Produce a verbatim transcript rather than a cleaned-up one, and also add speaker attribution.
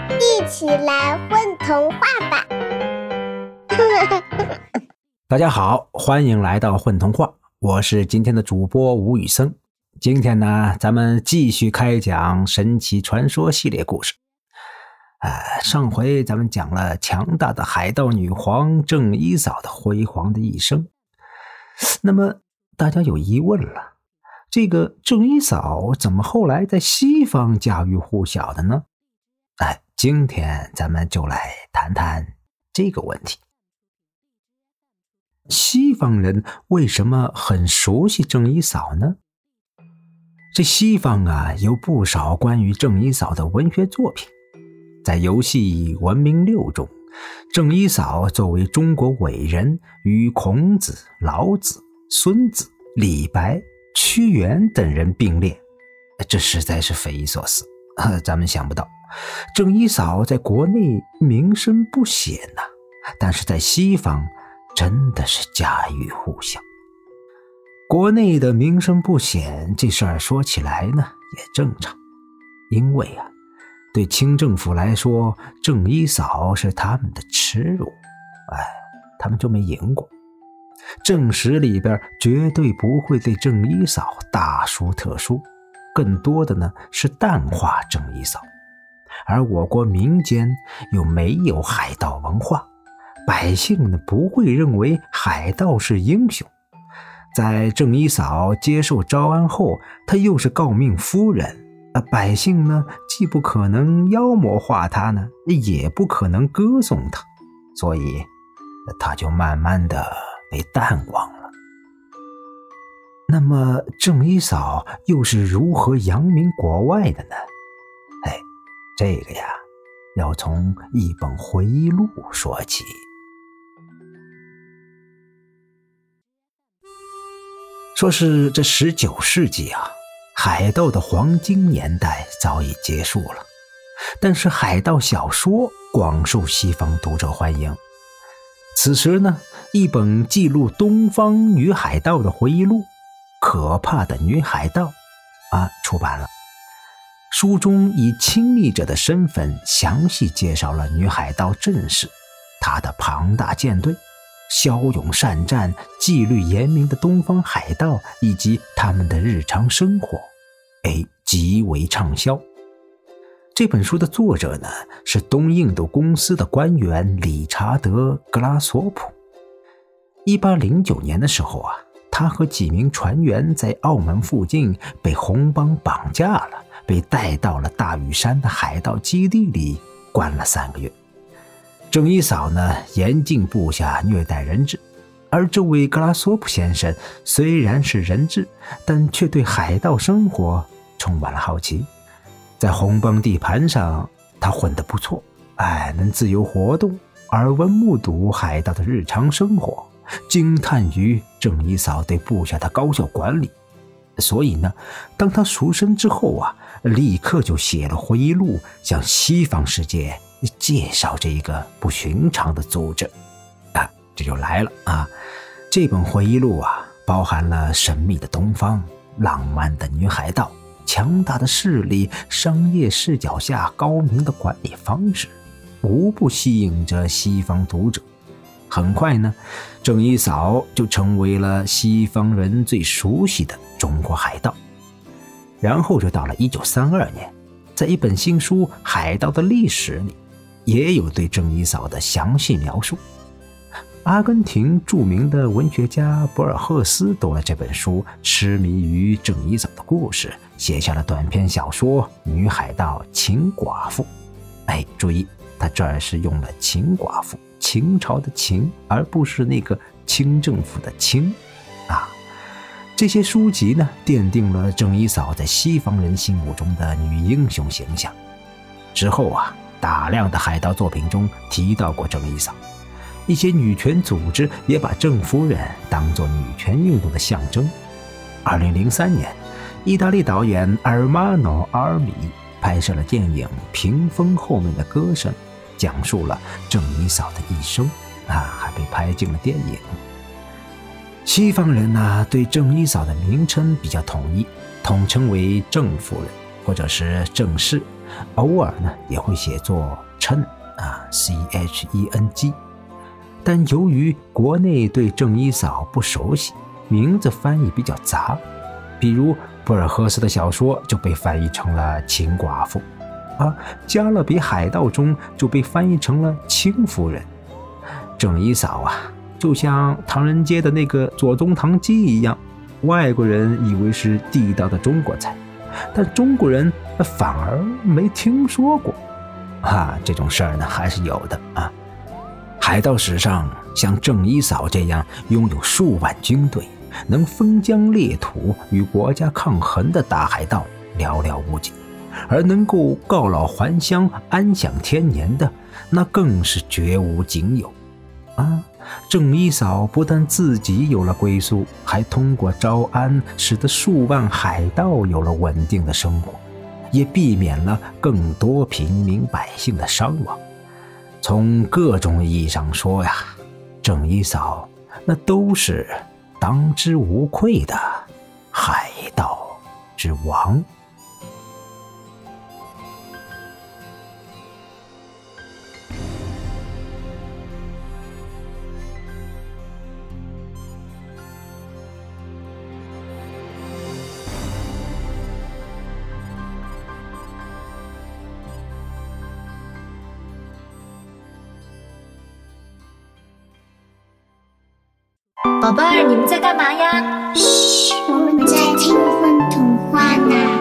Speaker 1: 一起来混童话吧！
Speaker 2: 大家好，欢迎来到混童话，我是今天的主播吴宇森。今天呢，咱们继续开讲神奇传说系列故事。呃，上回咱们讲了强大的海盗女皇郑伊嫂的辉煌的一生。那么大家有疑问了，这个郑伊嫂怎么后来在西方家喻户晓的呢？哎，今天咱们就来谈谈这个问题。西方人为什么很熟悉郑伊嫂呢？这西方啊，有不少关于郑伊嫂的文学作品。在游戏《文明六》中，郑伊嫂作为中国伟人，与孔子、老子、孙子、李白、屈原等人并列，这实在是匪夷所思。咱们想不到郑伊嫂在国内名声不显呐、啊，但是在西方真的是家喻户晓。国内的名声不显这事儿说起来呢也正常，因为啊，对清政府来说，郑伊嫂是他们的耻辱，哎，他们就没赢过。正史里边绝对不会对郑伊嫂大书特书，更多的呢是淡化郑伊嫂。而我国民间又没有海盗文化，百姓呢不会认为海盗是英雄。在郑伊嫂接受招安后，她又是诰命夫人，百姓呢既不可能妖魔化她呢，也不可能歌颂她，所以她就慢慢的被淡忘了。那么郑伊嫂又是如何扬名国外的呢？哎，这个呀，要从一本回忆录说起。说是这十九世纪啊，海盗的黄金年代早已结束了，但是海盗小说广受西方读者欢迎。此时呢，一本记录东方女海盗的回忆录《可怕的女海盗》啊出版了。书中以亲历者的身份详细介绍了女海盗郑氏，她的庞大舰队，骁勇善战、纪律严明的东方海盗以及他们的日常生活，哎，极为畅销。这本书的作者呢，是东印度公司的官员理查德·格拉索普。一八零九年的时候啊，他和几名船员在澳门附近被红帮绑架了，被带到了大屿山的海盗基地里关了三个月。郑伊嫂呢，严禁部下虐待人质，而这位格拉索普先生虽然是人质，但却对海盗生活充满了好奇。在红帮地盘上，他混得不错，哎，能自由活动，耳闻目睹海盗的日常生活，惊叹于郑伊嫂对部下的高效管理。所以呢，当他赎身之后啊，立刻就写了回忆录，向西方世界介绍这个不寻常的组织啊，这就来了啊！这本回忆录啊，包含了神秘的东方、浪漫的女海盗、强大的势力、商业视角下高明的管理方式，无不吸引着西方读者。很快呢，郑伊嫂就成为了西方人最熟悉的中国海盗。然后就到了一九三二年，在一本新书《海盗的历史》里，也有对郑伊嫂的详细描述。阿根廷著名的文学家博尔赫斯读了这本书，痴迷于郑伊嫂的故事，写下了短篇小说《女海盗秦寡妇》。哎，注意，他这儿是用了秦寡妇，秦朝的秦，而不是那个清政府的清啊。这些书籍呢，奠定了郑伊嫂在西方人心目中的女英雄形象。之后啊，大量的海盗作品中提到过郑伊嫂，一些女权组织也把郑夫人当作女权运动的象征。二零零三年，意大利导演阿尔马诺·阿尔米拍摄了电影《屏风后面的歌声》，讲述了郑伊嫂的一生啊，还被拍进了电影。西方人呢、啊，对郑伊嫂的名称比较统一，统称为郑夫人或者是郑氏， 偶尔呢也会写作琛啊 C H E N G， 但由于国内对郑一嫂不熟悉，名字翻译比较杂，比如博尔赫斯的小说就被翻译成了秦寡妇啊，加勒比海盗中就被翻译成了青夫人。郑一嫂啊，就像唐人街的那个左宗棠鸡一样，外国人以为是地道的中国菜，但中国人反而没听说过啊，这种事儿呢还是有的啊。海盗史上像郑一嫂这样拥有数万军队，能封疆裂土与国家抗衡的大海盗寥寥无几，而能够告老还乡安享天年的那更是绝无仅有啊！郑一嫂不但自己有了归宿，还通过招安使得数万海盗有了稳定的生活，也避免了更多平民百姓的伤亡。从各种意义上说呀，郑一嫂那都是当之无愧的海盗之王。
Speaker 3: 宝贝儿，你们在干嘛呀？
Speaker 1: 嘘，我们在听混童话呢。